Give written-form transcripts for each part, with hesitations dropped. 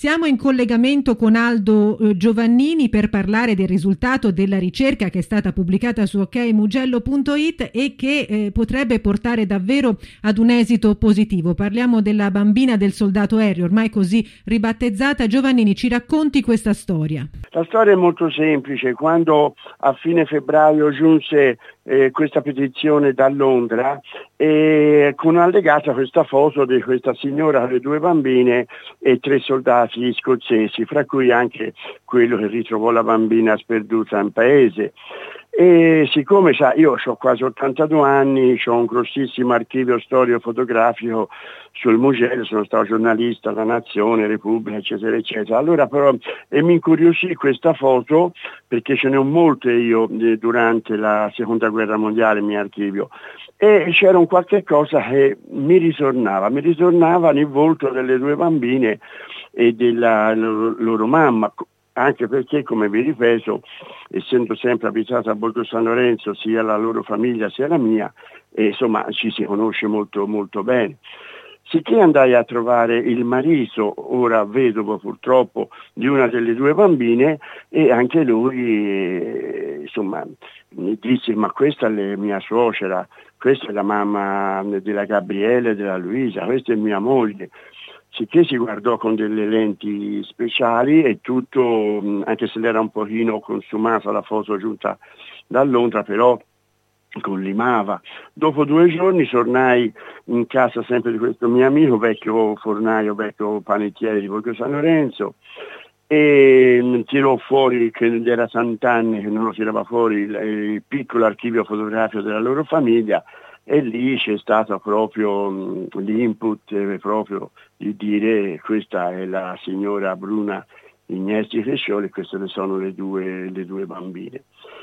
Siamo in collegamento con Aldo Giovannini per parlare del risultato della ricerca che è stata pubblicata su okmugello.it e che potrebbe portare davvero ad un esito positivo. Parliamo della bambina del soldato aereo, ormai così ribattezzata. Giovannini, ci racconti questa storia? La storia è molto semplice. Quando a fine febbraio giunse questa petizione da Londra, con allegata questa foto di questa signora con le 2 bambine e 3 soldati scozzesi, fra cui anche quello che ritrovò la bambina sperduta in paese. E siccome io ho quasi 82 anni, ho un grossissimo archivio storico-fotografico sul Mugello, sono stato giornalista La Nazione, Repubblica, eccetera, eccetera. Allora però mi incuriosì questa foto, perché ce ne ho molte io durante la Seconda Guerra Mondiale nel mio archivio, e c'era un qualche cosa che mi ritornava nel volto delle 2 bambine e della loro mamma. Anche perché, come vi ripeto, essendo sempre abitato a Borgo San Lorenzo, sia la loro famiglia sia la mia, insomma ci si conosce molto molto bene. Sicché andai a trovare il marito, ora vedovo purtroppo, di una delle 2 bambine, e anche lui insomma mi disse: ma questa è mia suocera, questa è la mamma della Gabriele e della Luisa, questa è mia moglie. Sicché si guardò con delle lenti speciali e tutto, anche se l'era un pochino consumata la foto giunta da Londra, però collimava. Dopo 2 giorni tornai in casa sempre di questo mio amico, vecchio fornaio, vecchio panettiere di Borgo San Lorenzo, e tirò fuori, che era tant'anni che non lo tirava fuori, il piccolo archivio fotografico della loro famiglia. E lì c'è stato proprio l'input proprio di dire: questa è la signora Bruna Ignesti Crescioli, queste sono le due bambine.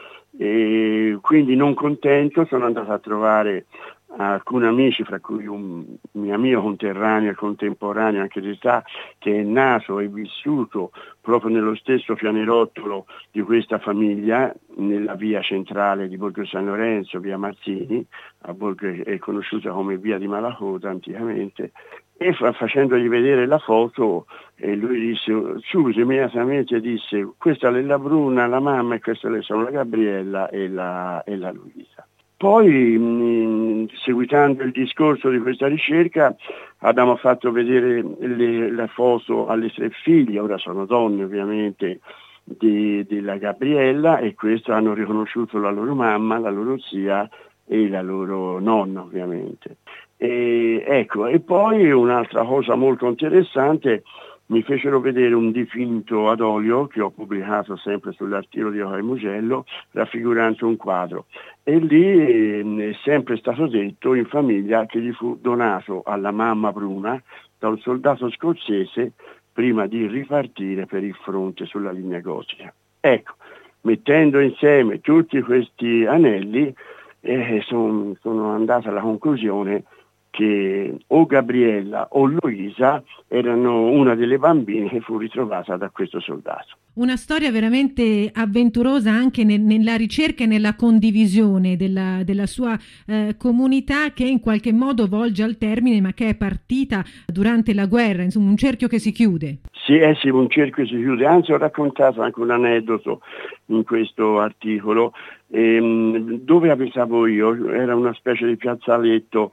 E quindi, non contento, sono andato a trovare alcuni amici, fra cui un mio amico conterraneo e contemporaneo anche di età, che è nato e vissuto proprio nello stesso pianerottolo di questa famiglia, nella via centrale di Borgo San Lorenzo, via Mazzini, a Borgo è conosciuta come via di Malacoda anticamente, e facendogli vedere la foto, lui disse subito, immediatamente disse: questa è la Bruna, la mamma, e questa sono la Gabriella e la Luisa. Poi, seguitando il discorso di questa ricerca, abbiamo fatto vedere le foto alle 3 figlie, ora sono donne ovviamente, della Gabriella, e queste hanno riconosciuto la loro mamma, la loro zia e la loro nonna ovviamente. E poi un'altra cosa molto interessante: mi fecero vedere un dipinto ad olio che ho pubblicato sempre sull'archivio di Mugello, raffigurante un quadro, e lì è sempre stato detto in famiglia che gli fu donato alla mamma Bruna da un soldato scozzese prima di ripartire per il fronte sulla linea gotica. Ecco, mettendo insieme tutti questi anelli, sono andato alla conclusione che o Gabriella o Luisa erano una delle bambine che fu ritrovata da questo soldato. Una storia veramente avventurosa anche nella ricerca e nella condivisione della sua comunità, che in qualche modo volge al termine, ma che è partita durante la guerra, insomma un cerchio che si chiude. Sì, un cerchio si chiude. Anzi, ho raccontato anche un aneddoto in questo articolo. Dove abitavo io era una specie di piazzaletto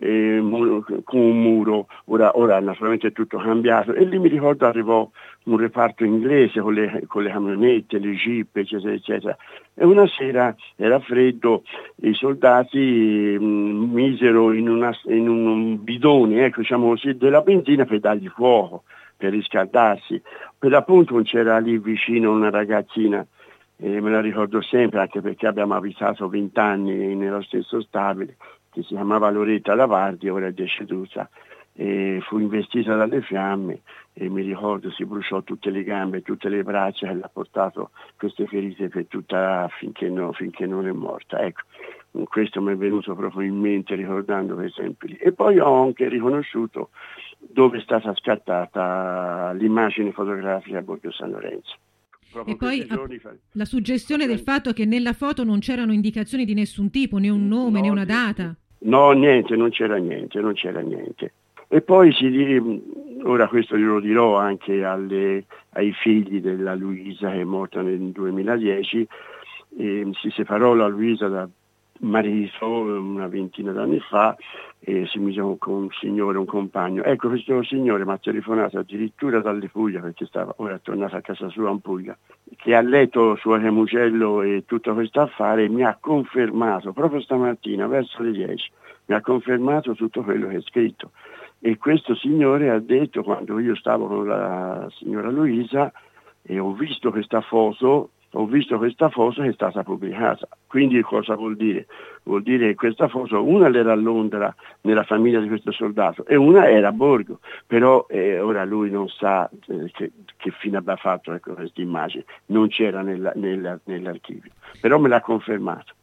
con un muro, ora naturalmente è tutto cambiato, e lì mi ricordo arrivò un reparto inglese con le camionette, le jeep, eccetera, eccetera, e una sera era freddo, i soldati misero in un bidone, diciamo così, della benzina per dargli fuoco, per riscaldarsi. Per l'appunto c'era lì vicino una ragazzina, me la ricordo sempre, anche perché abbiamo abitato 20 anni nello stesso stabile, che si chiamava Loretta Lavardi, ora è deceduta, e fu investita dalle fiamme, e mi ricordo si bruciò tutte le gambe, tutte le braccia, e l'ha portato queste ferite per tutta finché non è morta. Ecco, questo mi è venuto proprio in mente ricordando quei esempi lì. E poi ho anche riconosciuto dove è stata scattata l'immagine fotografica a Borgo San Lorenzo. E poi la suggestione del fatto che nella foto non c'erano indicazioni di nessun tipo, né un nome, né una data. No, niente, non c'era niente. E poi ora questo glielo dirò anche ai figli della Luisa, che è morta nel 2010, si separò la Luisa da marito una ventina d'anni fa e si mise con un signore, un compagno. Ecco, questo signore mi ha telefonato addirittura dalle Puglia, perché ora è tornato a casa sua in Puglia, che ha letto Suor Mugello e tutto questo affare, e mi ha confermato proprio stamattina verso le 10, mi ha confermato tutto quello che è scritto. E questo signore ha detto, quando io stavo con la signora Luisa e ho visto questa foto che è stata pubblicata. Quindi cosa vuol dire? Vuol dire che questa foto, una era a Londra nella famiglia di questo soldato e una era a Borgo, però ora lui non sa che fine abbia fatto questa immagine, non c'era nell'archivio, però me l'ha confermato.